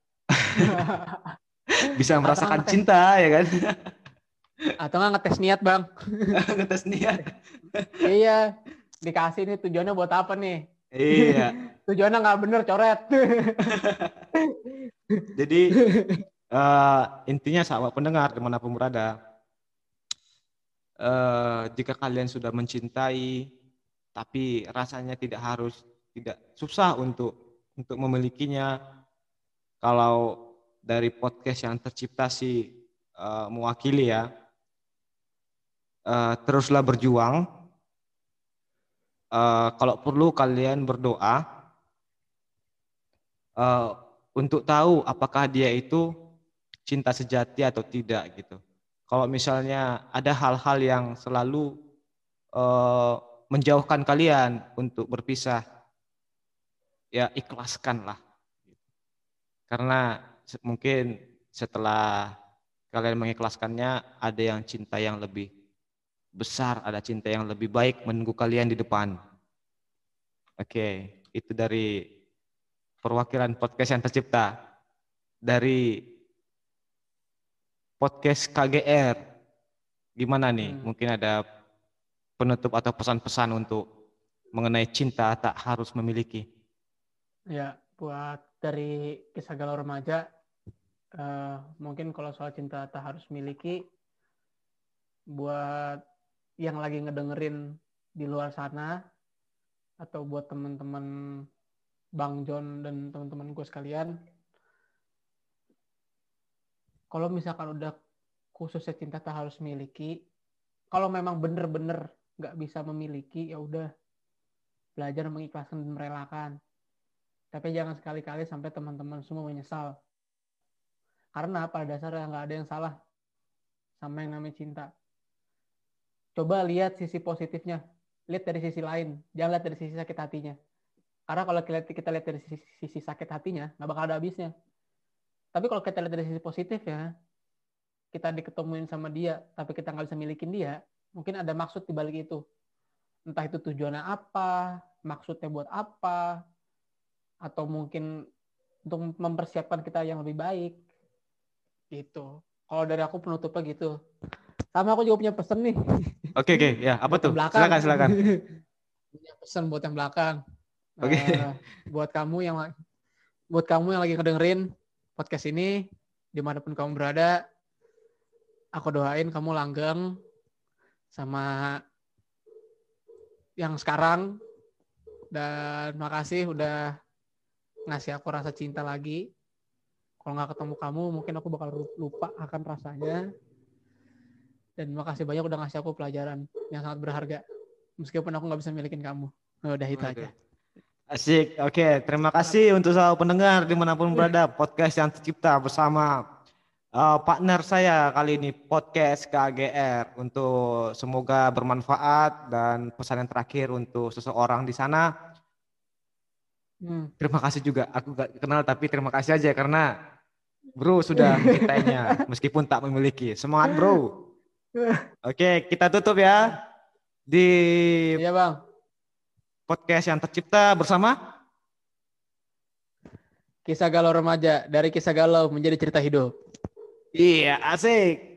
bisa merasakan ngetes, cinta ya kan. Atau nggak ngetes niat Bang. Ngetes niat. Iya, dikasih nih tujuannya buat apa nih? Iya. Tujuannya nggak bener, coret. Jadi uh, intinya sahabat pendengar dimanapun berada, uh, jika kalian sudah mencintai tapi rasanya tidak harus tidak susah untuk untuk memilikinya, kalau dari podcast yang tercipta sih uh, mewakili ya, uh, teruslah berjuang. Uh, kalau perlu kalian berdoa uh, untuk tahu apakah dia itu cinta sejati atau tidak gitu. Kalau misalnya ada hal-hal yang selalu uh, menjauhkan kalian untuk berpisah, ya ikhlaskanlah. Karena mungkin setelah kalian mengikhlaskannya, ada yang cinta yang lebih besar, ada cinta yang lebih baik menunggu kalian di depan. Oke, itu dari perwakilan podcast yang tercipta. Dari podcast K G R. Gimana nih? Hmm. Mungkin ada penutup atau pesan-pesan untuk mengenai cinta tak harus memiliki. Ya, buat dari kisah galau remaja, uh, mungkin kalau soal cinta tak harus miliki, buat yang lagi ngedengerin di luar sana, atau buat teman-teman Bang John dan teman-teman gue sekalian, kalau misalkan udah khususnya cinta tak harus miliki, kalau memang bener-bener nggak bisa memiliki, ya udah belajar mengikhlaskan dan merelakan. Tapi jangan sekali-kali sampai teman-teman semua menyesal. Karena pada dasarnya nggak ada yang salah sama yang namanya cinta. Coba lihat sisi positifnya. Lihat dari sisi lain. Jangan lihat dari sisi sakit hatinya. Karena kalau kita lihat dari sisi, sisi sakit hatinya, nggak bakal ada habisnya. Tapi kalau kita lihat dari sisi positif ya, kita diketemuin sama dia, tapi kita nggak bisa milikin dia, mungkin ada maksud di balik itu. Entah itu tujuannya apa, maksudnya buat apa, atau mungkin untuk mempersiapkan kita yang lebih baik gitu. Kalau dari aku penutupnya gitu. Sama aku juga punya pesan nih. Oke oke ya, apa tuh? Silakan silakan. Punya pesan buat yang belakang. Oke. Uh, buat kamu yang buat kamu yang lagi ngedengerin podcast ini, dimanapun kamu berada, aku doain kamu langgeng sama yang sekarang, dan makasih udah ngasih aku rasa cinta lagi. Kalau nggak ketemu kamu, mungkin aku bakal lupa akan rasanya. Dan makasih banyak udah ngasih aku pelajaran yang sangat berharga. Meskipun aku nggak bisa milikin kamu. Oh, udah itu aja. Asik, oke. Terima kasih untuk seluruh pendengar dimanapun berada. Podcast yang tercipta bersama uh, partner saya kali ini, podcast K G R. Untuk semoga bermanfaat, dan pesan yang terakhir untuk seseorang di sana. Hmm. Terima kasih juga. Aku gak kenal tapi terima kasih aja karena bro sudah mencintainya meskipun tak memiliki. Semangat bro. Oke, kita tutup ya di iya, Bang. Podcast yang tercipta bersama Kisah Galau Remaja, dari kisah galau menjadi cerita hidup. Iya, asik.